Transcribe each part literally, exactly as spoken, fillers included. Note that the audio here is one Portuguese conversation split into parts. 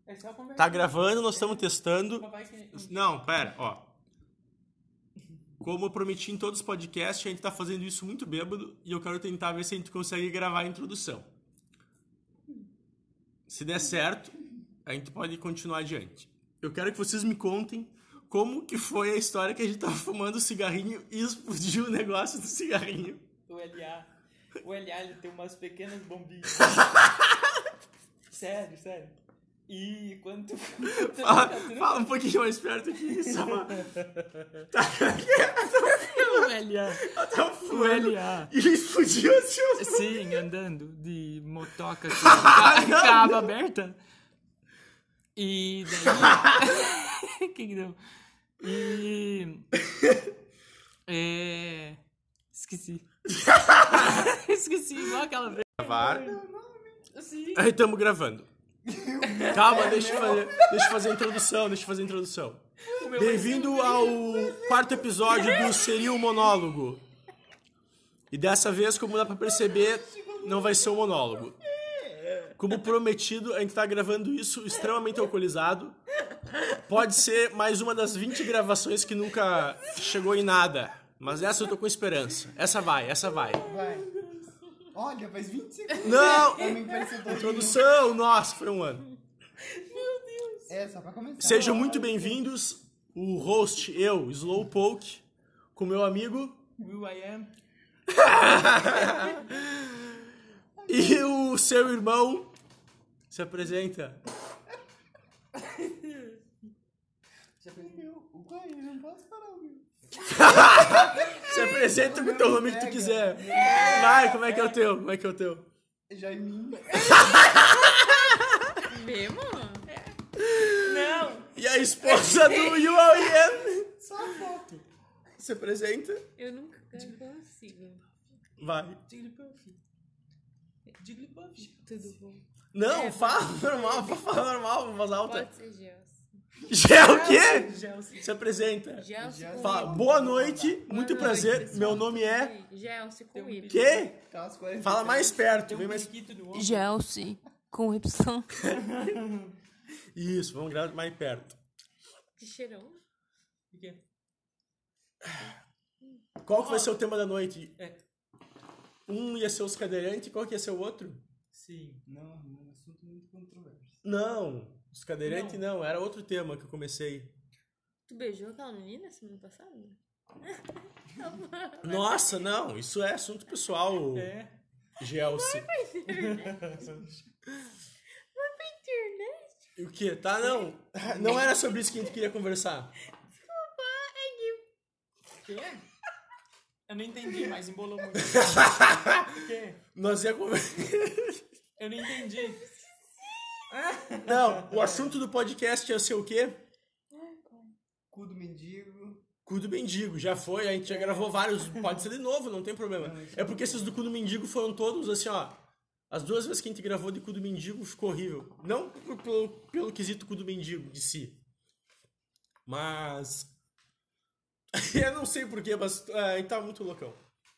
É só conversar. Tá gravando, nós estamos testando. Mas vai que- Não, pera, ó. Como eu prometi em todos os podcasts, a gente tá fazendo isso muito bêbado e eu quero tentar ver se a gente consegue gravar a introdução. Se der certo, a gente pode continuar adiante. Eu quero que vocês me contem como que foi a história que a gente tava fumando cigarrinho e explodiu o negócio do cigarrinho. O L A. O L A, ele tem umas pequenas bombinhas. Sério, sério. E quando tu... tu Fala, nunca- tu nunca- fala um pouquinho mais perto aqui, só pra... Tá, O L A. eu tava O fumando L A. e explodiu assim. ó. Sim, andando de motoca com a Não. com a aba aberta. E daí... que que deu? E... É... Esqueci. Esqueci, igual aquela vez. Gravar. Sim. Aí estamos gravando. Calma, deixa eu fazer, deixa eu fazer a introdução, deixa eu fazer a introdução. Bem-vindo ao quarto episódio do Seria um Monólogo. E dessa vez, como dá pra perceber, não vai ser um monólogo. Como prometido, a gente tá gravando isso extremamente alcoolizado. Pode ser mais uma das vinte gravações que nunca chegou em nada. Mas essa eu tô com esperança. Essa vai, essa vai. Vai. Olha, faz vinte segundos. Não! Pra mim pareceu todo Introdução! Nossa, foi um ano. É, só pra começar. Sejam muito bem-vindos. O host, eu, Slowpoke, com meu amigo Will I am. e o seu irmão. Se apresenta. Já aprendeu. O pai, eu não posso parar, meu. Se apresenta com o teu nome que tu quiser. Vai, como é que é o teu? Como é que é o teu? Jaiminho. Mesmo? Não! E a esposa do U O M. Só a foto. Se apresenta. Eu nunca consigo. Vai. Jigglypuff. Jigglypuff. Tudo bom? Não, É, fala normal, fala normal, voz alta. Pode ser Gelson. Já é o quê? Gelsi. Se apresenta. Gelson com Fala, Y. boa noite, muito noite, prazer. pessoal. Meu nome é. Gelson com Y. Quê? Tá às quarenta e Fala sete. mais perto, Tem vem um mais. periquito no ombro. Gelson com Y. Isso, vamos gravar mais perto. Que cheirão. O quê? Qual que vai ser o tema da noite? É. Um ia ser os cadeirantes, qual que ia ser o outro? Sim. Não, não é um assunto muito controverso. Não, os cadeirantes não. era outro tema que eu comecei. Tu beijou aquela menina semana passada? Nossa, não, isso é assunto pessoal, É. Gelsi. Internet. E o que? Tá, não. Não era sobre isso que a gente queria conversar. O quê? Eu não entendi, mas embolou muito. O quê? Nós ia conversar. Eu não entendi. Não, o assunto do podcast ia ser o quê? Cu do mendigo. Cu do mendigo, já foi, a gente já gravou vários, pode ser de novo, não tem problema. É porque esses do cu do mendigo foram todos assim, ó. As duas vezes que a gente gravou de cu do mendigo ficou horrível. Não por- pelo, pelo quesito cu do mendigo de si. Mas. Eu não sei porquê, mas é, a gente tava muito loucão.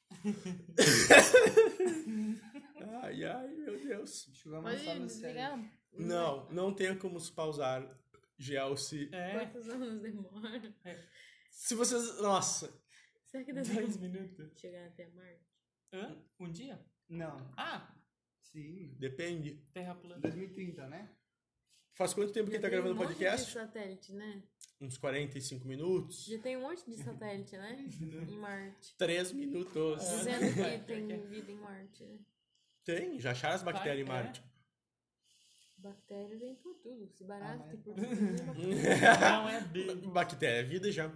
Ai, ai, meu Deus. Enxugar uma Pode sala séria. desligar? Não, não tem como se pausar, Gelsi. É. Quantos anos demora? Se vocês. Nossa. Será que dá Dois tempo minutos. de chegar até Marte? Hã? Um dia? Não. Ah, Sim. Depende. Terra plana. dois mil e trinta, né? Faz quanto tempo que a gente tá Já tem gravando um o monte podcast? de satélite, né? Uns quarenta e cinco minutos. Já tem um monte de satélite, né? Em Marte. três minutos. Dizendo que É, tem porque- vida em Marte, né? Tem, já acharam as bactérias em Vai, é. Marte. Bactéria vem por tudo. Se barato, Ah, tem é. por tudo. Tem bactéria. Não é B. Bactéria é vida já.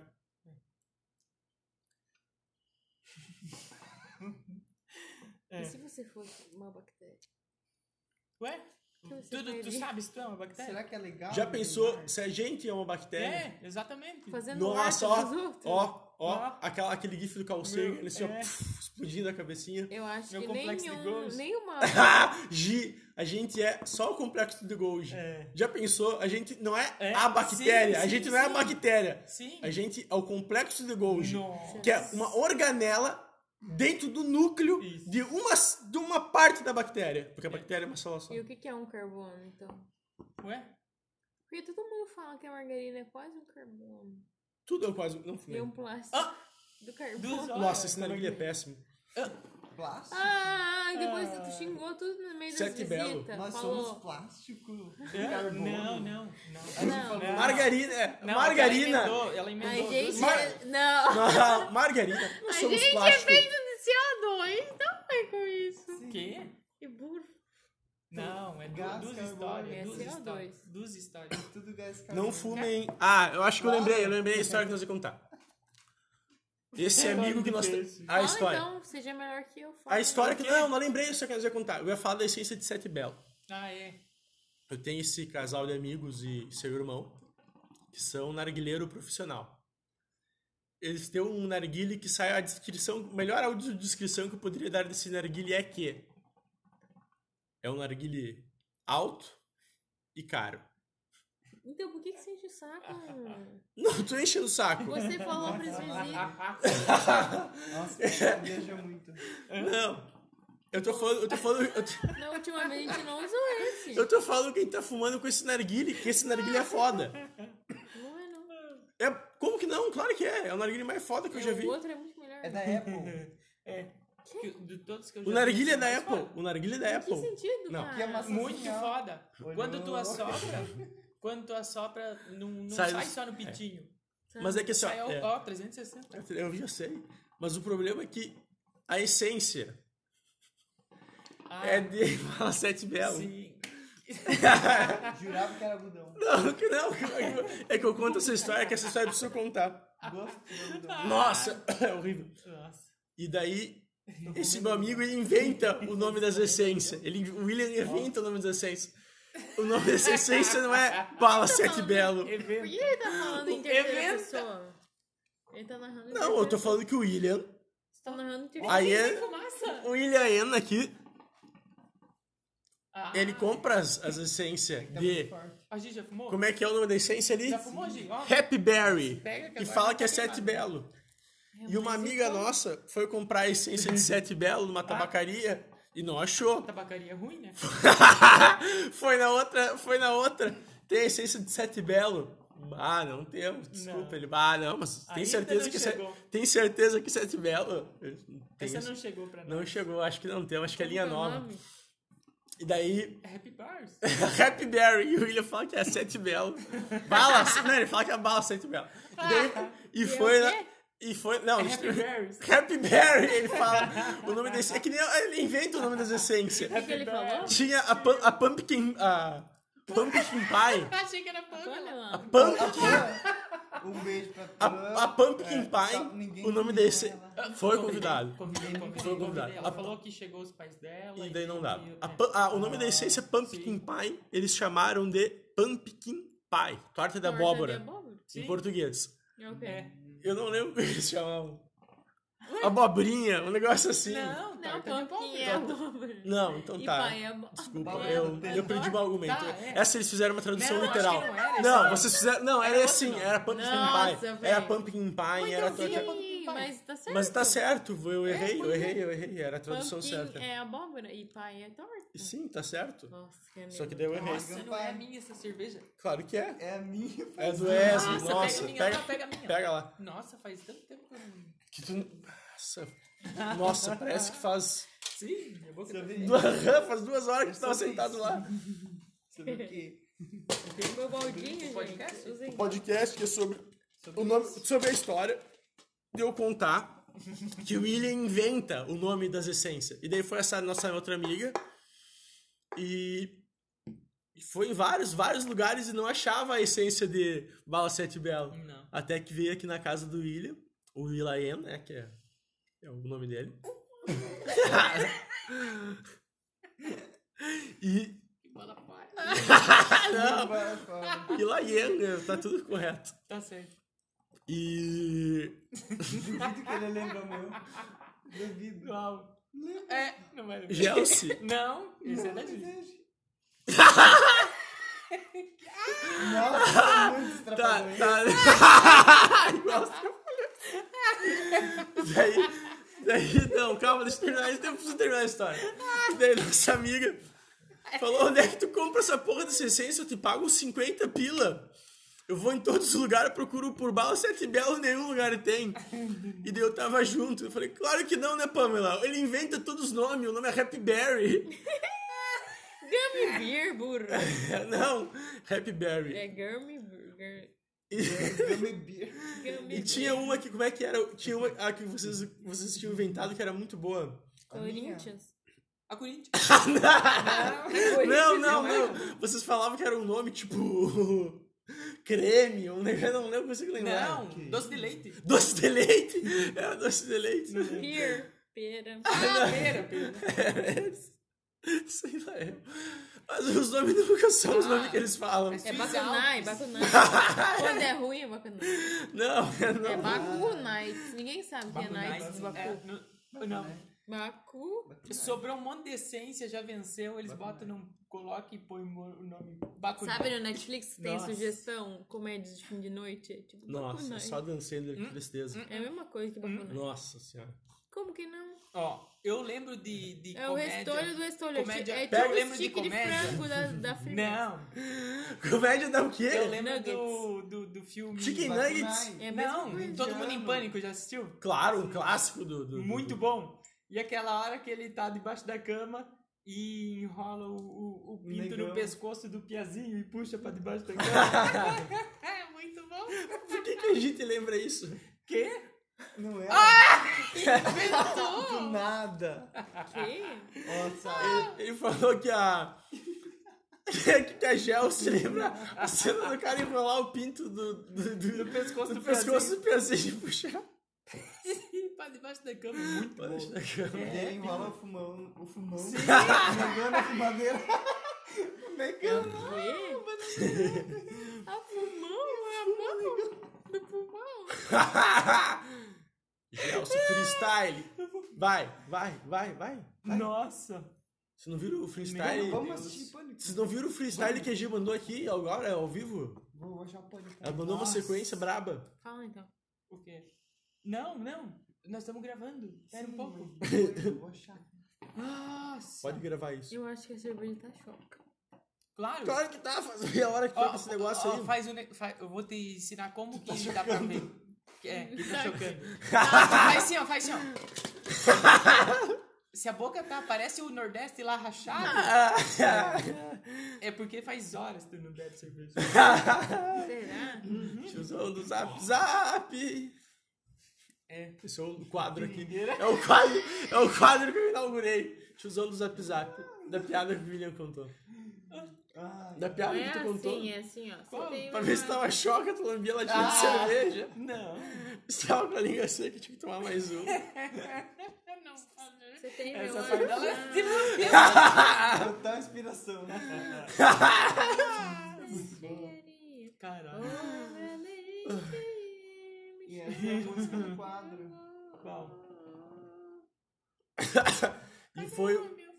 É. E se você fosse uma bactéria? Ué? O que você Tu, tu faria? sabe se tu é uma bactéria? Será que é legal? Já no pensou mar? se a gente é uma bactéria? É, exatamente. Fazendo Nossa, arte ó, dos outros? ó, ó, Ó. aquela, aquele gif do Carl Sagan, Meu, assim, ó, é. puf, explodindo a cabecinha. Eu acho Meu que complexo de nenhum, Ghost. nenhuma... Ah, Gi, a gente é só o complexo do Golgi. É. Já pensou? A gente não é, É, a bactéria, sim, a gente sim, não é a sim. bactéria. Sim. A gente é o complexo de Golgi, Nossa. que é uma organela dentro do núcleo Isso. de uma, de uma parte da bactéria. Porque a bactéria é uma célula só. E o que que é um carbono, então? Ué? Porque todo mundo fala que a margarina é quase um carbono. Tudo eu quase não E fumei. um plástico Ah! do carbono. Dos olhos. Nossa, esse narguilé é péssimo. Plástico? Ah, e depois tu xingou tudo no meio das Sete Belo. visitas. Nós Falou. somos plástico. É? Carbono. Não, não, não. Não. Não. Margarina, é, Não, margarina. Ela emendou, ela emendou Ai, duas gente, Mar- é- não. Não, margarina. Não A somos gente é plástico. feito de C O dois, não é com isso. O quê? Que burro. Não, é du- Gás duas carbono, histórias. é Duas C O dois. histórias. Duas histórias. Tudo gás carbono. Não fumem. Ah, eu acho que eu lembrei. Eu lembrei a história que nós ia contar. Esse amigo que nós temos. A Fala história. então, seja melhor que eu. Fala. A história que. Não, não lembrei isso que nós ia contar. Eu ia falar da essência de Sete Belo. Ah, é. Eu tenho esse casal de amigos e seu irmão, que são narguileiro profissional. Eles têm um narguile que sai a descrição, melhor audiodescrição que eu poderia dar desse narguile é que é um narguile alto e caro. Então, por que, que você enche o saco? Não, tô enchendo o saco. Você falou pra esses vizinhos. Nossa, você viaja muito. Não. Eu tô falando, eu tô falando, eu tô, Na última vez a gente não usou esse. eu tô falando quem tá fumando com esse narguile, que esse narguile é foda. Não é, não. É, como que não? Claro que é. É o narguile mais foda que eu já vi. O outro é muito melhor. É da Apple. É. Que- De todos que eu O já vi, narguile é esse da mais Apple. foda. O narguile é da Que Apple. sentido, Não. cara? Que é massa- Muito Assim, ó. foda. Olhou. Quando tu assopra, quando tu assopra, não, não Sai sai, do- só no pitinho. Mas é que assim, ó, Sai, ó, é, ó, trezentos e sessenta. eu já sei. Mas o problema é que a essência Ah, é de Bala Sete Belo. sim. Jurava que era algodão. Não, que não. É que eu conto essa história, que essa história eu preciso contar. Gosto de algodão. Nossa, é horrível. Nossa. E daí, esse meu amigo, ele inventa o nome das essências. Ele, o William inventa o nome das essências. O nome dessa essência não é Bala Sete Belo. Por que Evento. ele tá falando em terceira Evento. pessoa? Ele tá narrando em Não, terceira eu tô falando que o William, pessoa. Você tá narrando em terceira aí Tem é, fumaça. o William N aqui, Ah, ele compra as, as essências Tá de... muito forte. A gente já fumou? Como é que é o nome da essência ali? Já fumou, Gi? Ó, Happy Berry. Pega que Que agora fala não que é tá Sete queimado. Belo. É, E uma mas amiga então- nossa foi comprar a essência de Sete Belo numa tabacaria e não achou. Tabacaria ruim, né? Foi na outra, foi na outra. Tem a essência de Sete Belo. Ah, não temos, desculpa. Não. Ele, ah, não, mas tem Ainda certeza não que chegou. Sete, tem certeza que Sete Belo. Tem Essa isso. não chegou pra nós. Não chegou, acho que não tem, acho que é linha Como que o nova. nome? E daí, Happy Bars. Happy Berry, e o William fala que é Sete Belo. Bala, não, ele fala que é Bala Sete Belo. E, daí, e é foi o na, quê? e foi, não, É Happy Berries. Happy Berry, ele fala o nome desse, é que nem ele inventa o nome das essências. O que ele falou? Tinha a, pum- a Pumpkin, a Pumpkin Pie, Achei que era pano. Olha, Pumpkin, Um beijo pra a, a Pumpkin É, só Pie, ninguém o nome convidou desse, ela. foi convidado. Convidei, convidei, Foi convidado. convidei. Ela A- falou que chegou os pais dela. E daí não dava. e- A é. pu- ah, o nome da essência é Pumpkin Sim. Pie, eles chamaram de Pumpkin Pie, torta de torta de abóbora, abóbora? em Sim. português. É o quê? É. Eu não lembro o que eles chamavam. Abobrinha, um negócio assim. Não, Não, torta de pumpkin abóbora. é abóbora. Não, então E tá. pai é abóbora. Desculpa, Abóbora eu, do eu perdi meu argumento. Tá, é. Essa eles fizeram uma tradução Não, acho literal. que não era esse Não, nome. vocês fizeram. Não, era Era assim, outro era Pumpkin Nossa, Pie. velho. Era Pumpkin Pie, era então, torta. Sim, mas tá certo. Mas tá certo, eu errei, eu pois é. errei, eu errei. Era a tradução Pumpkin certa. é abóbora e pai é torta. Sim, tá certo. Nossa, que Só que daí eu errei. Nossa, não é minha essa cerveja. Claro que é. É a minha. É do Wesley, Nossa, nossa. pega a minha, Pega, tá, pega a minha. pega lá. Nossa, faz tanto tempo que eu não... Que tu... Nossa, nossa, parece que faz Sim, minha boca tá Sabe- vendo. duas, faz duas horas que tu tava sobre sentado isso. lá. Sobre o quê? Meu baldinho, Podcast? gente. Usem. O podcast que é sobre, o nome, sobre a história de eu contar que o William inventa o nome das essências. E daí foi essa nossa outra amiga e e foi em vários, vários lugares e não achava a essência de Bala Sete Belo. Não. Até que veio aqui na casa do William, o William, né, que é, é o nome dele. E Bola para. não, Vai, fala. William, tá tudo correto. Tá certo. E Duvido que ele lembrou meu. Duvido. Uau. É, não vai lembrar. Gelsi, Não, esse é da Não, Disney. desejo. Nossa, é muito tá, estrapalhões. tá. Igual você. Daí, daí, não, calma, deixa eu terminar, eu preciso terminar a história. Daí nossa amiga Falou, onde é que tu compra essa porra dessa essência? Eu te pago cinquenta pila. Eu vou em todos os lugares, procuro por bala sete belo, nenhum lugar tem. E daí eu tava junto. Eu falei, claro que não, né, Pamela? Ele inventa todos os nomes, o nome é Happy Berry. Gummy Beer, burro. Não, Happy Berry. É Gummy Beer. Gummy Beer. Gummy E tinha uma que, como é que era? Tinha uma a que vocês, vocês tinham inventado que era muito boa. Corinthians. A Corinthians. Não, não, não. Vocês falavam que era um nome tipo... creme, um negócio, não, não consigo lembrar. Não, doce de leite. Doce de leite? Era doce de leite. Peer. Pera. Ah, pera, pera. Sei lá, é. Mas os nomes nunca são os nomes que eles falam. É Bacunai, Bacunai. Quando é ruim é Bacunai. Não, não. É Baku Nights. Ninguém sabe o que é Baku Nights Nights, de Baku. é, no- não. Baku. Sobrou um monte de essência, já venceu, eles botam num... Coloca e põe o nome Baku. Sabe no Netflix tem Nossa. sugestão? Comédias de fim de noite? É tipo Nossa, Baku Nights. só dancei de tristeza. É a mesma coisa que Baku Nights. Nossa senhora. Como que não? Ó, eu lembro de, de É o comédia. restolho do restolho. Comédia- É Pega, tipo eu o lembro de stick de, comédia. frango da, da Free. Não, Comédia dá o quê? eu lembro Nuggets. do, do, do filme... Chicken Baku- Nuggets? É a mesma Não, coisa. Todo Mundo em Pânico, já assistiu? Claro, um clássico do... do- do- Muito bom. E aquela hora que ele tá debaixo da cama e enrola o, o, o pinto Negão. no pescoço do Piazinho e puxa pra debaixo da cama. É muito bom. Por que, que a gente lembra isso? Quê? Não é? Inventou! Do nada. Que? Nossa, Ele, ele falou que a... que, que a Gel se lembra a cena do cara enrolar o pinto do, do, do, Do pescoço do, do pescoço do Piazinho e puxar. pra debaixo da cama. Muito bom. Debaixo da cama. e aí enrola o fumão, o fumão. Negando a fumadeira. Negando. Que? A pulmão? É a mão do pulmão? Gelson Freestyle. Vai, vai, vai, vai. Nossa. Vocês não viram o freestyle? Vamos assistir Pânico. Vocês não viram o freestyle que a Gi mandou aqui agora, ao vivo? Vou vou achar o Pânico. Ela mandou uma Nossa. sequência braba. Fala então. O quê? Não, não. Nós estamos gravando. Espera um Sim, pouco. mas depois eu vou achar. Nossa. Pode gravar isso. Eu acho que a cerveja tá choca. Claro. Claro que tá, faz meia hora que foi Ó, com esse negócio ó, aí. Faz o ne- fa- eu vou te ensinar como que dá pra ver. Que é, que tá chocando. Tá. Faz assim, ó, faz assim, ó. Se a boca tá, parece o Nordeste lá rachado, é porque faz horas que tu não bebe cerveja. Será? Tiozão do Zap Zap. É. Esse é o quadro aqui. É o quadro, é o quadro que eu inaugurei. Tiozão do Zap Zap. Da piada que o William contou. Ah, Da piada Não é que tu contou. assim, é assim, ó. Você Qual? tem Pra uma- ver se tava choca, tu lambia latinha Ah. de cerveja. Não. Se tava com a língua seca, tinha que tomar mais um. Não, Você tem essa uma- parte dela é de total inspiração. Caralho. E essa é a música do quadro. Qual? E foi.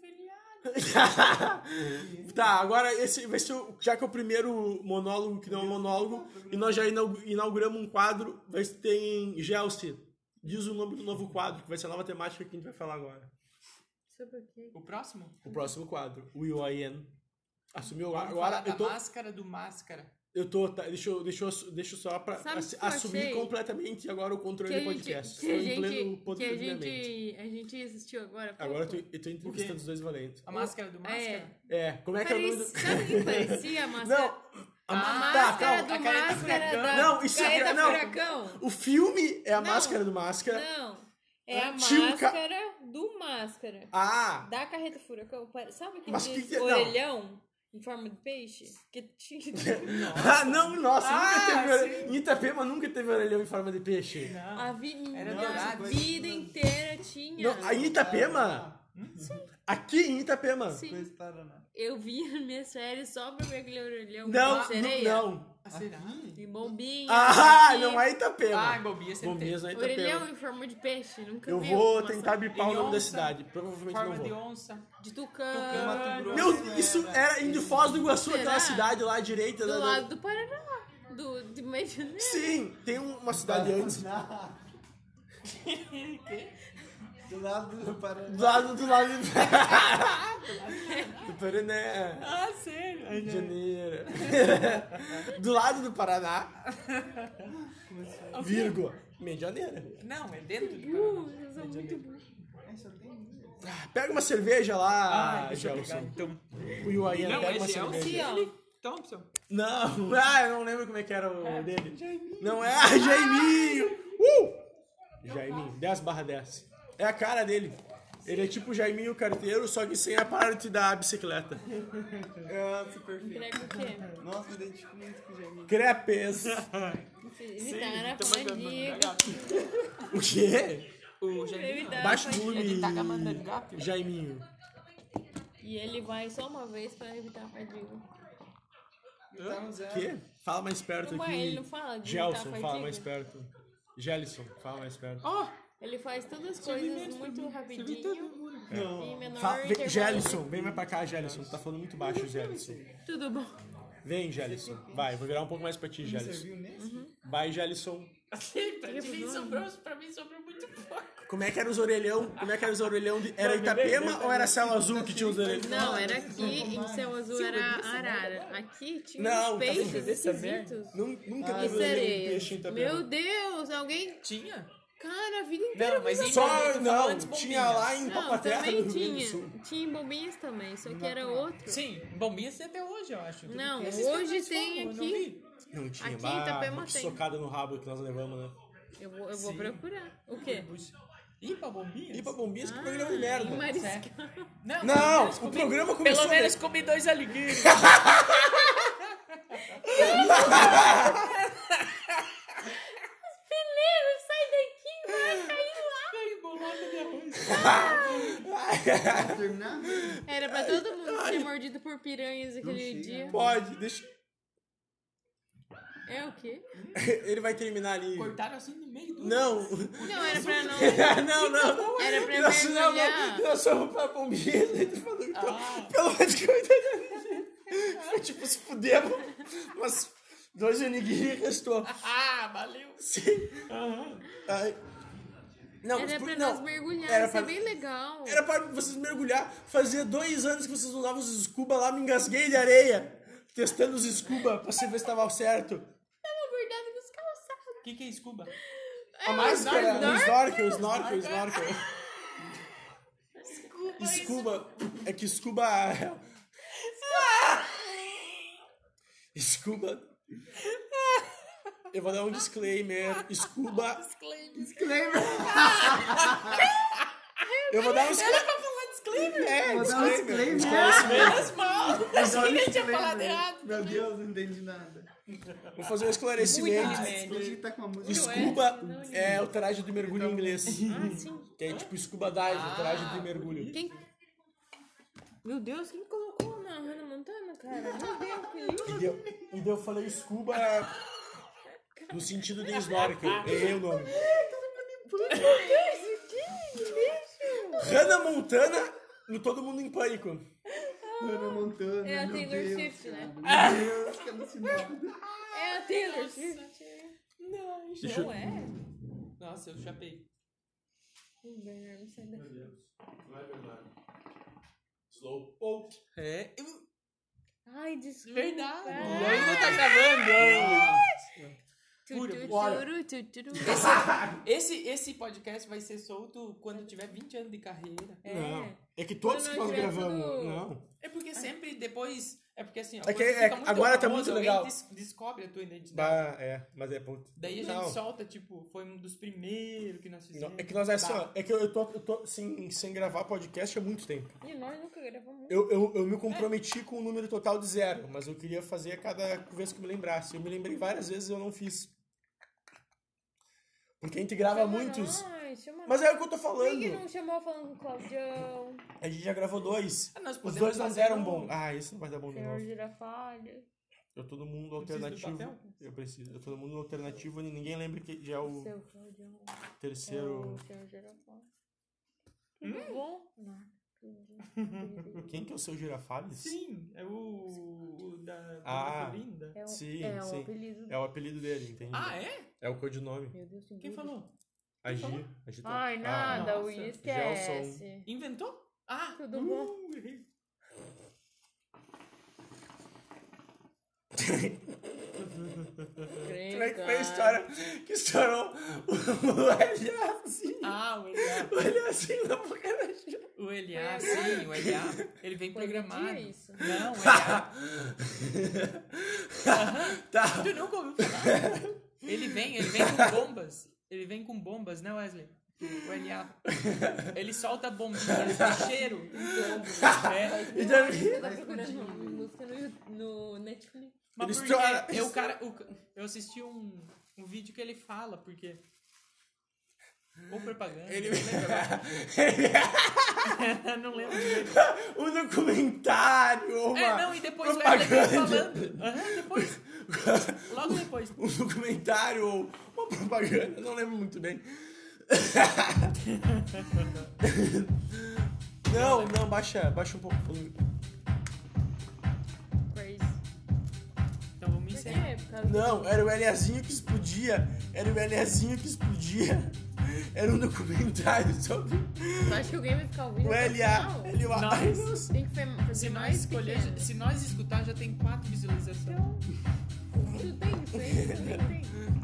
Tá, agora esse vai ser o, já que é o primeiro monólogo que não é um monólogo, e nós já inau- inauguramos um quadro, vai ter em Gelsi. Diz o nome do novo quadro, que vai ser a nova temática que a gente vai falar agora. Sobre o quê? O próximo? O próximo quadro, o Will I Am. Assumiu Vamos agora. falar Eu da tô, máscara do máscara. eu tô, tá, deixa eu, deixa eu, deixa eu só pra Sabe o ass- que eu assumir achei? completamente agora o controle Que a do gente, podcast. que Estou a em pleno gente, ponto que a de treinamento. gente, a gente assistiu agora. há Agora eu tô, pouco. eu tô entrevistando os dois valentes. A máscara do máscara? É, como é que é o nome do... Parece- Sabe o que parecia a máscara? Não, a, A ma- Ah, tá, máscara calma. do a careta máscara furacão. da Não, isso é- careta não. furacão. O filme é a Não. máscara do máscara. Não, é a Tinha um ca- máscara do máscara. Ah, Da carreta furacão. Pare- Sabe aquele Mas que que- não. orelhão em forma de peixe? Que tinha que ah, não, nossa, Ah, nunca teve sim. orelhão. Em Itapema nunca teve orelhão em forma de peixe. Não. A, vi... Era Nossa, a dourado. vida inteira tinha. Não, aí em Itapema? Aqui em Itapema? Sim. Coisa Paraná. Eu vi nas minhas férias só pra ver aquele orelhão Não, com sereia. não, não. Ah, será? E bombinha. Ah, aqui. não é Itapema. Ah, Bobia, você Bombinhas não é Orelhão Itapema. em forma de peixe. Nunca Eu vi vou uma tentar bipar o Em nome da onça, cidade. Provavelmente Forma não de vou. onça. De Mato tucano. Grosso. Meu, isso era indo Foz do Iguaçu, Será? aquela cidade lá à direita. Do da- da- lado do Paraná. Do, de meio de janeiro. Sim, tem um- uma cidade antes. Do lado do Paraná. Do lado do lado do Paraná. Ah, sério? Rio de Janeiro. Do lado do Paraná. Vírgula. Medianeira. Não, é dentro do Paraná. Uh, eu sou muito burro. É, só tem isso. Pega uma cerveja lá, Ah, deixa eu pegar, Gelson. então. O Iuaína, Não, pega uma esse é o cerveja. Aqui, ó. Thompson. Não, ah, eu não lembro como é que era o dele. Não é, ah, Jaiminho. Uh! Jaiminho, dez barra dez. É a cara dele. Ele é tipo o Jaiminho carteiro, só que sem a parte da bicicleta. Nossa, perfeito. Entrega o quê? Nossa, me identifico muito com o Jaime. Crepes. Evitar tá a fadiga. O quê? O Jaiminho. Evitar a Baixo fadiga. volume. Ele tá mandando gato. Jaiminho. E ele vai só uma vez pra evitar a fadiga. Tá no zero. Quê? Fala mais perto Não vai, aqui. ele não fala de Gelson, evitar a fala fadiga. mais perto. Gelson, fala mais perto. Ó, Ele faz todas as coisas muito rapidinho e menor Fala, vem, intervalo. Gelson, vem mais pra cá, Gelson. Tu tá falando muito baixo, Gelson. Tudo bom. Vem, Gelson. Vai, vou virar um pouco mais pra ti, Você Gelson. viu nesse? Vai, Gelson. assim, pra mim sobrou, pra mim sobrou muito pouco. Como é que era os orelhão? Como é que era os orelhão? De... Era Itapema ou era Céu Azul que tinha os orelhão? Não, era aqui, em Céu Azul era arara. Aqui tinha Não, uns tá peixes vendo? esquisitos. Nun- Nunca Ah, teve E orelhão de sereias. peixe em Itapema. Meu Deus, alguém... Tinha? Cara, a vida inteira... Não, mas em Só, Bombinhas, não, antes tinha Bombinhas. lá em Não, Papaterra, no também Rio Grande do tinha. Sul. Tinha em Bombinhas também, só que era outro. Sim, Bombinhas tem até hoje, eu acho. Não, Esses que hoje eu tem eu não aqui. vi. Não tinha, Aqui em bah, Itapema muito tem. socada no rabo que nós levamos, né? Eu vou, eu vou Sim. procurar. O quê? Ir pra Bombinhas? E pra Bombinhas, que programa de merda. Em Mariscal. Não, Não, pelo menos o comi- programa começou... Pelo menos comi dois alligators. Peleiro, sai daqui, vai cair lá. Ai, bolada de arroz. Terminar? Era pra todo mundo ser mordido por piranhas aquele dia. Pode, deixa... É o quê? Ele vai terminar ali. Cortaram assim no meio do... Não. Não, era pra não... não, não, não. Era pra Nós, não, não, mergulhar. nós fomos pra Bombinhas, aí tu falou, então, Ah. pelo menos que eu entendi. Foi tipo, se fudemos, mas dois onigiri restou. Ah, valeu. Sim. Ai. Não, Era mas, pra não, nós mergulhar, era isso é pra- bem legal. Era pra vocês mergulhar. Fazia dois anos que vocês usavam os scuba lá, me engasguei de areia. Testando os scuba pra saber se tava certo. Tava bordado nos calçados. O que que é scuba? A máscara, o snorkel. snorkel, o snorkel, o snorkel. Scuba. É que scuba. Scuba. Eu vou dar um disclaimer. Scuba. Disclaimer. Eu vou dar um disclaimer. Pra falar disclaimer? É, Vou dar um disclaimer. disclaimer. Menos mal. Vou dar um Achei que tinha disclaimer. falado errado. Meu Deus, não entendi nada. Vou fazer um esclarecimento. Muito Ah, explodiu tá com a música. Scuba é o traje de mergulho em inglês. Ah, sim. Que é tipo scuba dive, o traje de mergulho. Quem... Meu Deus, quem colocou na Hannah Montana, cara? Meu Deus, que lindo. E deu, e daí eu falei scuba no sentido de snorkel. Errei o nome. Hannah Montana no Todo Mundo em Pânico. Hannah Montana. É a meu Taylor Deus, Swift, né? cara. Meu Deus, que alucinado. É a Taylor Swift. Não, Deixa eu- Não é? Nossa, eu chapei. Hum, Bernardo, sai daqui. Não é verdade. Slowpoke. É, eu... Ai, desculpa. verdade. E ainda tá gravando. Tu, Pura, tu, bora. turu, tu, turu. Esse, esse podcast vai ser solto quando tiver vinte anos de carreira. É. Não. É que todos Quando que nós nós tiver gravamos. tudo- Não. É porque sempre depois... É porque assim... ó, É que quando é- fica muito agora tá famoso, muito alguém legal. des- descobre a tua identidade. Bah, é, mas é ponto. Daí a gente Não. solta, tipo, foi um dos primeiros que nós fizemos. Não, é que nós é assim, Tá. ó, é que eu, eu tô, eu tô sem, sem gravar podcast há muito tempo. E nós nunca gravamos. Eu, eu, eu me comprometi com um número total de zero, mas eu queria fazer a cada vez que eu me lembrasse. Eu me lembrei várias vezes e eu não fiz. Porque a gente grava Chama muitos. nós, chama Mas é o que eu tô Por que falando. não chamou falando com o Claudião, A gente já gravou dois. Ah, nós Os podemos dois não fazer deram um- bom. Ah, isso não vai dar bom de senhor novo. Girafalha, Eu todo mundo Precisa do alternativo. papel? Eu preciso. Eu todo mundo alternativo e ninguém lembra que já é o seu Claudião, é terceiro. o senhor Girafalha. Tudo bom? Nada. Tudo. Quem que é o seu Girafales? Sim, é o, o da, da Ah. Linda. É o, Sim, é o sim. apelido É o apelido dele, entendi. Ah, é? É o codinome. Meu Deus, tem Quem dúvida. falou? Agir. Agir tá- Ai, nada, Ah, o nossa. esquece. Inventou? Ah, Tudo bom? uh, errei. Como é que foi a história que estourou o Eliazinho? Ah, o Eliá. O Eliazinho na boca da Ju. O Eliá, sim, o Eliá. Ele vem Foi no programado. dia isso. Não, o Eliá. Tá. Tu nunca ouviu falar? Ele vem, ele vem com bombas. Ele vem com bombas, né, Wesley? O Eliá. Ele solta bombinhas de cheiro. É. E já Você tá procurando música no, no Netflix. Mas Ele porque estoura. eu, cara, o- eu assisti um, um vídeo que ele fala, porque... Ou propaganda. Ele... Não lembro. Não lembro direito. Um documentário, uma É, não, e depois o Wesley vem propaganda. falando. Aham, depois. Logo depois. Um documentário ou uma propaganda, não lembro muito bem. Não, não, baixa, baixa um pouco. Crazy. Então vamos Por encerrar. quê? Por causa Não, era o Eliazinho que explodia. Era o Eliazinho que explodia. Era um documentário sobre Eu acho que alguém vai ficar ouvindo. o até L A. final. L A. Ai, Nós. nossa. Tem que fa- fazer Se nós mais escolher, pequeno. se nós escutar, já tem quatro visualizações. Então, tudo tem, isso aí também tem.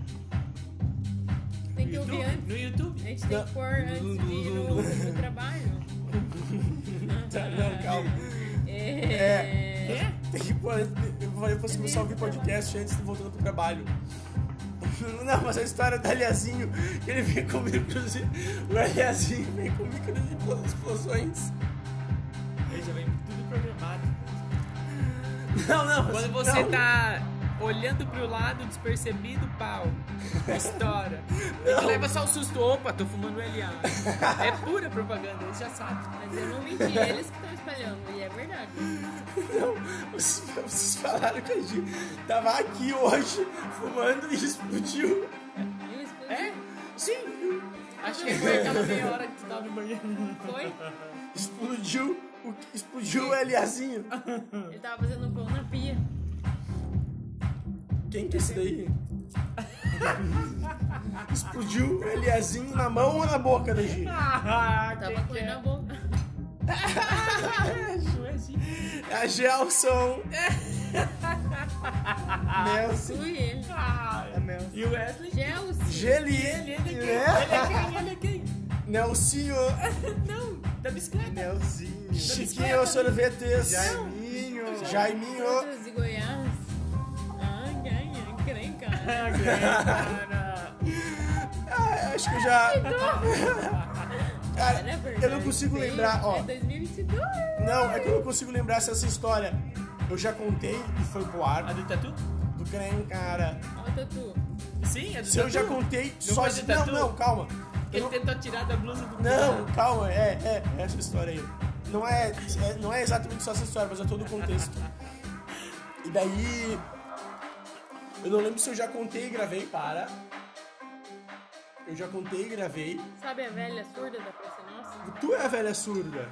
Tem que No ouvir YouTube? antes. No YouTube? A gente tem que pôr antes de ir no, no trabalho. Tá, não, calma. É. Quê? Tem que pôr. Eu falei pra você começar a ouvir podcast antes de voltando pro trabalho. Não, mas a história do Eliazinho, que ele vem com micros. O Eliazinho vem com micros de explosões. Ele já vem tudo programado. Não, não. Quando você não. tá olhando pro lado despercebido, pau, estoura. Ele leva só o susto. Opa, tô fumando L A. É pura propaganda, eles já sabem. Mas eu não menti, eles que estão espalhando, e é verdade. Não, vocês, vocês falaram que a gente tava aqui hoje fumando e explodiu. E o esposo É? Sim. Acho que foi aquela meia hora que tu tava no banheiro. foi? Explodiu o, explodiu o Eliazinho. Ele tava fazendo um pão na pia. Quem que é esse daí? Explodiu o Eliazinho na mão ou na boca da gente? Ah, Tava com ele na boca. É a Gelson. Nelson. Tu e ele. É Nelson. E o Wesley? Gelsi. Geli. Ele, ele é quem? É. Ele é quem? Ele é quem? Nelsinho. Não, da bicicleta. Nelsinho. Chiquinho Sorvetes. Jaiminho. Jaiminho. Outros de Goiás. Ai, ai, ai, crem, cara. Cara. Ah, acho que eu já... Cara, Era verdade, eu não consigo feio. lembrar, ó. É dois mil e vinte e dois. Não, é que eu não consigo lembrar se essa história eu já contei e foi pro A ar. do Tatu? Do Crem, cara. Ó, Tatu. Sim, a do Se eu Tatu. já contei Não só... foi de Não, tatu? não, calma. Que ele tentou tirar da blusa do Não, calma, é, é, é essa história aí. Não é, é- não é exatamente só essa história, mas é todo o contexto. E daí... Eu não lembro se eu já contei e gravei, para. Eu já contei e gravei. Sabe a velha surda da Praça Nossa? Tu é a velha surda.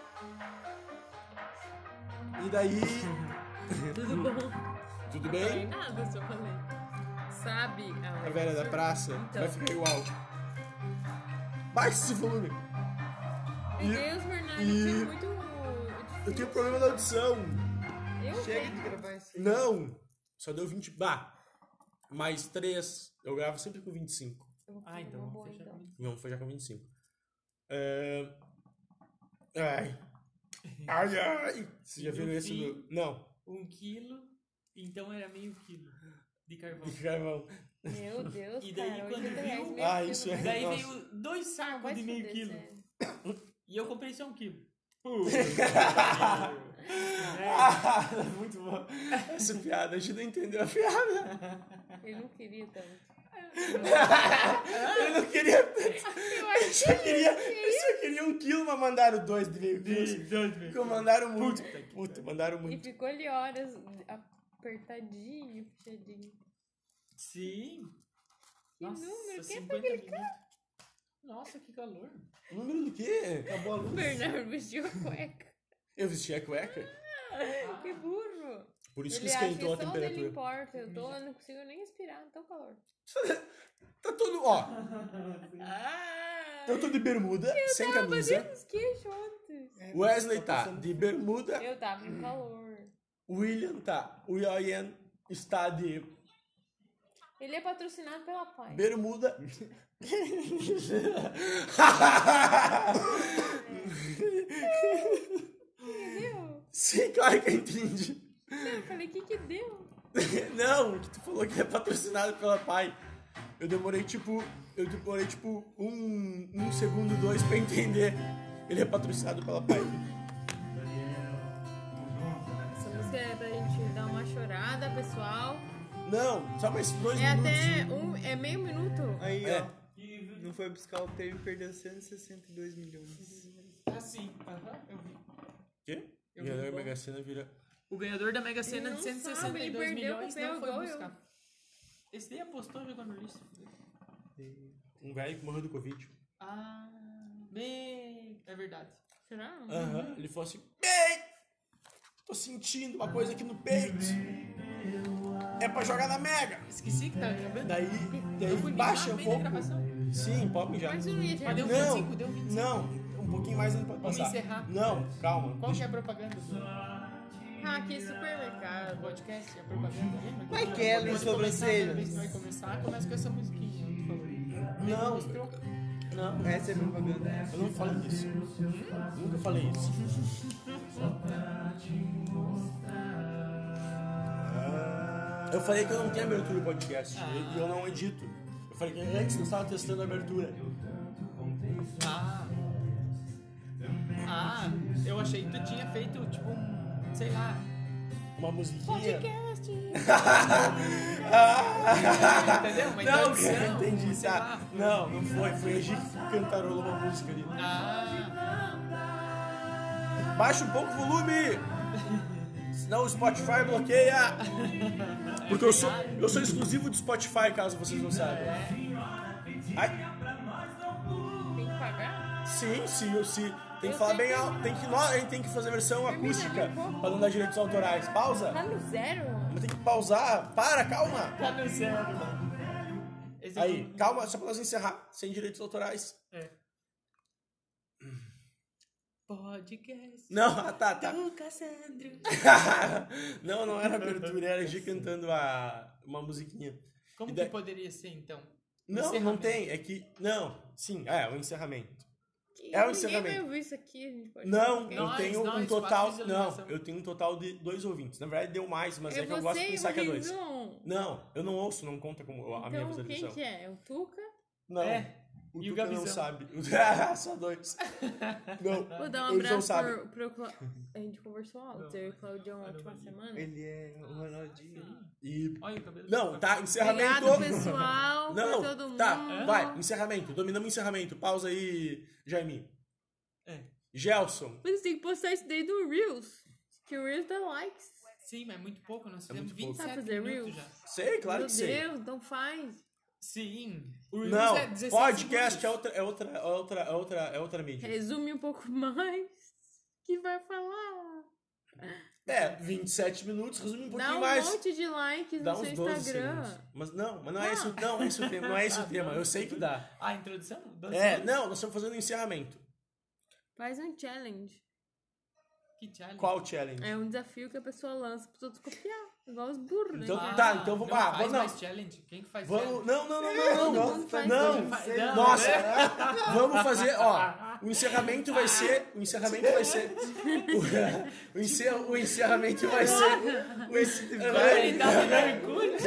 E daí... Tudo bom? Tudo Não falei bem? nada, só falei. Sabe a A velha da surda? praça Então. vai ficar igual. Baixa esse volume. Meu E- Deus, Bernardo, e- isso é muito... Eu tenho problema da audição. Eu Chega sei. de gravar isso. Não. Só deu vinte... Bah. Mais três. Eu gravo sempre com vinte e cinco. Eu vou Ah, fazer então uma vamos boa, fechar então. com isso. Vamos fechar com vinte e cinco. É... Ai. Ai, ai. Vocês já E viram no esse fim- do... Não. Um quilo, então era meio quilo de carvão. De carvão. Meu Deus, E daí, cara, quando oitenta reais viu- meio Ah, quilo. isso é- Daí Nossa. veio dois Não, sacos vai de se meio fuder, quilo. sério. E eu comprei só um quilo. Ah, muito bom. Essa piada, ajuda a entender a piada. Ele não queria tanto. Eu não queria... Eu só queria, eu só queria um quilo, mas mandaram dois de meio quilo. Porque mandaram muito. Puta, mandaram E muito. ficou ali horas apertadinho, fechadinho. Sim. Que Nossa, número? Quem é cinquenta aquele minutos. Nossa, que calor. Número do quê? Acabou a O luz. Bernardo vestiu a cueca. Eu vesti a cueca? Que burro. Por isso que Ele acha que esquentou a só onde ele temperatura. importa. Eu tô, eu não consigo nem respirar, tão calor. Tá tudo, ó. Ah, Eu tô de bermuda, sem camisa. fazendo os queixos ontem. É, Wesley tá tá passando de bermuda. Eu tava com calor. William tá. O Ian está de Ele é patrocinado pela Pai. bermuda. Entendeu? Sim, claro que eu entendi. Eu falei, o que que deu? Não, que tu falou que é patrocinado pela Pai. Eu demorei tipo. Eu demorei tipo um, um segundo, dois pra entender. Ele é patrocinado pela Pai. Essa música é pra gente dar uma chorada, pessoal. Não, só mais dois É minutos. até um. É meio minuto. Aí, É. ó. Não foi buscar o prêmio e perdeu cento e sessenta e dois milhões. Ah, sim. Aham, eu vi. Quê? Eu Ganhador vi. Mega Sena vira. O ganhador da Mega Sena Ele de não cento e sabe, sessenta e ele dois perdeu milhões com não o foi gol, buscar. eu- Esse daí apostou e jogou no lixo. Um velho que morreu do Covid. Ah, bem... É verdade. Será? Aham. Ele falou assim: bem, tô sentindo uma coisa aqui no peito. É pra jogar na Mega. Esqueci que tá gravando. Daí, daí Eu fui baixa mijar um no meio da pouco. gravação. Sim, pode mijar. Mas eu não ia Mas deu ter. Não, vinte e cinco, deu vinte e cinco. não, um pouquinho mais não pode Vamos passar. encerrar. Não, calma. Qual que é a propaganda do Ah, aqui supermercado. podcast? A propaganda, lembra? Vai que é, Luiz Quando começar, Sobrancelhas. toda vez que vai começar, começa com essa musiquinha que tu falou. Não. Mostrou. Não, Essa é a propaganda. eu não falei isso. Nunca falei isso. Eu falei que eu não tenho abertura no podcast. E eu não edito. Eu falei que antes eu estava testando a abertura. Ah. Ah, eu achei que tu tinha feito, tipo, um, sei lá, Uma musiquinha. Podcast. entendeu? Uma Não, introdução, cara, entendi, sei tá. lá. Não, não foi. Foi a gente que cantarolou uma música ali. Ah, Baixa um pouco o volume! Senão o Spotify bloqueia! Porque eu sou, eu sou exclusivo do Spotify, caso vocês não saibam. Ai, Tem que pagar? sim, sim, sim. Tem que Eu falar sei bem que- alto. Tem que, nós, a gente tem que fazer versão Termina, acústica um pouco. pra não dar direitos autorais. Pausa! Tá no zero? Mas tem que pausar. Para, calma! tá no zero. Esse é Aí, o- calma, só pra nós encerrar. Sem direitos autorais. É. Podcast. Não, ah, tá, tá. do Cassandro. Não, não era abertura, era a G cantando a, uma musiquinha. Como E daí- que poderia ser, então? Não, não Encerramento. tem, é que. Não, sim, é, o encerramento. Que- É o Ninguém encerramento. vai ouvir isso aqui, a gente pode Não, falar. eu Nós, tenho um nós, total. quatro Não, visualização. eu tenho um total de dois ouvintes. Na verdade, deu mais, mas é, É que eu gosto de você e pensar que é dois. Rodrigão. Não, eu não ouço, não conta como a minha Então, visualização. quem que é? É o Tuca? Não. É, O e o Tuca não Gabizão. sabe. Só dois. Não. Vou dar um eles não abraço sabem. pro, pro Cla... A gente conversou alto, eu e o Claudião, na última semana. Ele é o Ronaldinho. E. Olha o cabelo. Não, tá, encerramento. Obrigado, pessoal, Não, por todo mundo. tá, vai, encerramento. Dominamos o encerramento. Pausa aí, Jaime. É. Gelson. Mas você tem que postar isso daí do Reels. Que o Reels dá likes. Sim, mas é muito pouco. Nós É fizemos muito pouco. vinte e sete Sabe fazer minutos Reels? já. Sei, claro Meu que sei. Deus, então faz. Sim. O Reels Não, é dezesseis podcast é segundos. outra, é outra, é outra, é outra, é outra mídia. Resume um pouco mais. Que vai falar. É, vinte e sete minutos, resume um Dá pouquinho um mais. monte de likes Dá no uns seu doze Instagram. segundos. Mas não, mas não é esse, o- não, é esse o tema, não é esse o tema. Eu sei que dá. Ah, introdução? doze É, segundos? não, nós estamos fazendo um encerramento. Faz um challenge. Que challenge. Qual challenge? É um desafio que a pessoa lança para todos copiar. Igual os burros, né? Então, Ah, tá, então vamos- não ah, faz vamos- não. mais challenge. Quem que faz Vamos, challenge? não, não, não, não, Todo não, mundo faz não, challenge. Não, nossa, né? vamos fazer, ó, o encerramento vai ser, o encerramento vai ser, o, o, encer, o encerramento vai ser, o, encer- Ele tá no Orkut.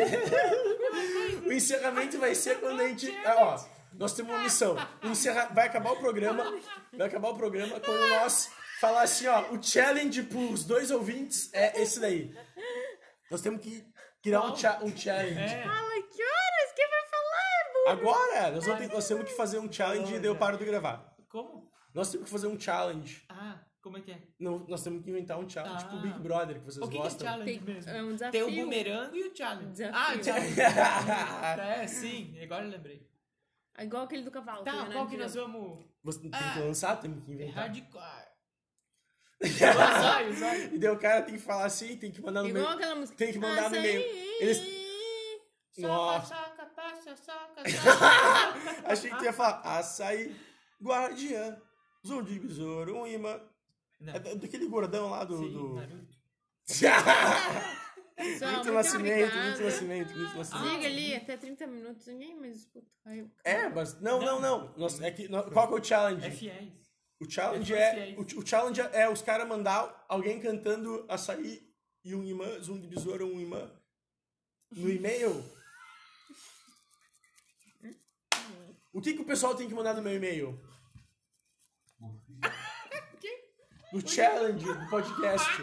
o encerramento vai ser quando a gente, ó, nós temos uma missão, o encerra, vai acabar o programa, vai acabar o programa quando nós falar assim, ó, o challenge pros dois ouvintes é esse daí. Nós temos que criar um, cha um challenge. É. Fala, que horas? Quem vai falar, burro? Agora, nós, vamos ter- nós temos que fazer um challenge e daí eu paro de gravar. Como? Nós temos que fazer um challenge. Ah, como é que é? Não, nós temos que inventar um challenge, Ah. tipo o Big Brother, que vocês O que, que é gostam. challenge Tem- mesmo? é um Tem desafio. o bumerangue e o challenge. Desafio. Ah, o challenge. É, sim. Agora eu lembrei. É igual aquele do cavalo. Tá, Leonardo qual que nós DiCaprio. vamos... Você tem Ah. que lançar, temos que É inventar. hardcore. Os olhos, os olhos. E daí o cara tem que falar assim, tem que mandar no Igual e-mail. aquela música. Tem que mandar no e-mail. Eles... Soca, Nossa. soca, passa, soca, soca. Achei que tu ia falar açaí, guardiã, zoom de besouro, um imã. Não. É da- daquele gordão lá do... Sim, do... Naruto. Pessoal, Muito muito nascimento, obrigada. muito nascimento, muito nascimento. Liga ali até trinta minutos, ninguém mais escuta. Aí eu- É, mas não, não, não. Nossa, é que, não- qual que é o challenge? É fiéis. O challenge É é, fiéis. o, o challenge é os caras mandar alguém cantando açaí e um imã, zoom de besouro, um imã no e-mail. O que que o pessoal tem que mandar no meu e-mail? No challenge do podcast.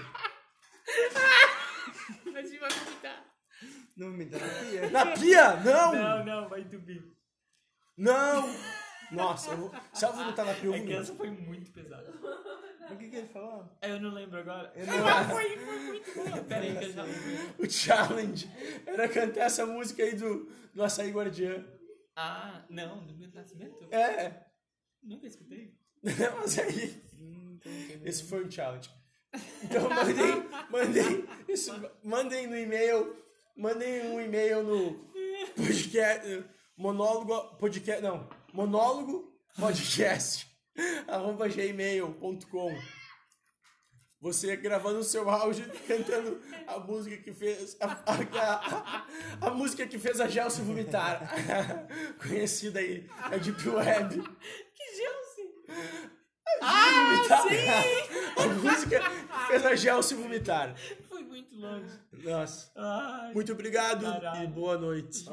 A gente vai vomitar. Não me dá na pia. Na pia? Não! Não, não, vai entupir. Não! Nossa, eu vou, se eu vomitar na pia, eu É que vomito. essa foi muito pesada. O que que ele falou? Eu não lembro agora. Eu não... Foi, foi muito boa. Pera aí que eu já lembro. O challenge era cantar essa música aí do, do Açaí Guardiã. Ah, não, do meu nascimento? É, Nunca escutei. mas aí... Esse foi o challenge. Então mandem, mandem, isso, mandem no e-mail, mandem um e-mail no podcast, monólogo, podcast, não, monólogo podcast, arroba gmail ponto com. Você gravando o seu áudio, cantando a música que fez a, a, a, a música que fez a Gelsi vomitar, conhecida aí, a Deep Web. Que Gelsi? Ah, sim! A música que fez a Gelsi vomitar. Foi muito longe. Nossa. Ai, Muito obrigado Caralho. e boa noite.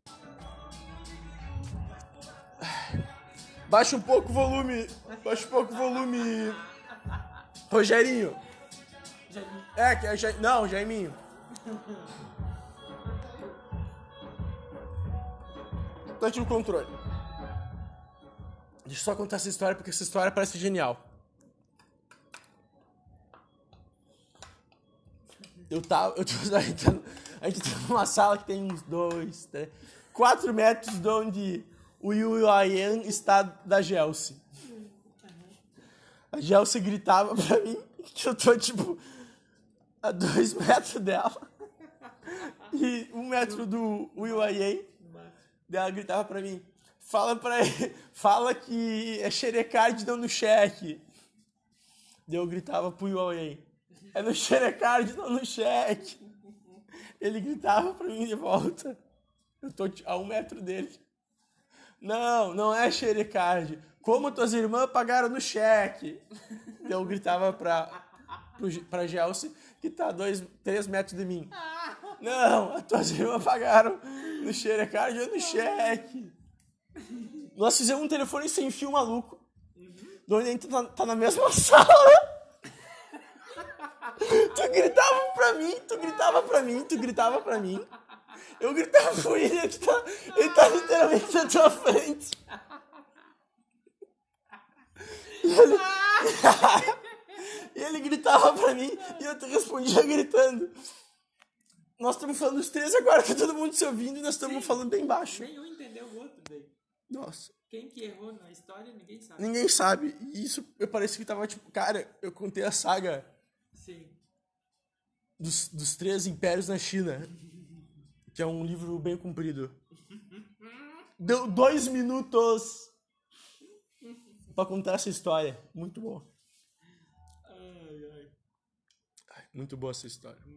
Baixa um pouco o volume. Baixa um pouco o volume. Rogerinho. já vi. É, que é Ja- não, Jaiminho. Tô aqui no controle. Deixa eu só contar essa história porque essa história parece genial. Eu tava. Eu tô, a, gente tá, a gente tá numa sala que tem uns dois, três, quatro metros de onde o Yuayan está da Gelsi. A Gelsi gritava pra mim que eu tô, tipo, a dois metros dela. E um metro do Yuayan. Ela gritava pra mim. Fala pra ele, fala que é xerecard não no cheque. Daí eu gritava pro Yuayan. É no xerecard, não no cheque. Ele gritava pra mim de volta. Eu tô a um metro dele. Não, não é xerecard. Como tuas irmãs pagaram no cheque. Eu gritava pra, pro, pra Gelsi, que tá a dois, três metros de mim. Não, as tuas irmãs pagaram no xerecard ou no cheque. Nós fizemos um telefone sem fio maluco. Onde a gente tá, tá na mesma sala. Tu gritava pra mim, tu gritava pra mim, tu gritava pra mim. Eu gritava pro ele, ele tá, ele tá literalmente na tua frente. E ele, e ele gritava pra mim e eu te respondia gritando. Nós estamos falando os três agora, tá todo mundo se ouvindo e nós estamos falando bem baixo. Nenhum entendeu o outro daí. Nossa. Quem que errou na história, ninguém sabe. Ninguém sabe. E isso eu parecia que tava tipo... Cara, eu contei a saga Sim. dos, dos três impérios na China. Que é um livro bem comprido. Deu dois minutos pra contar essa história. Muito bom. Ai, ai. Muito boa essa história.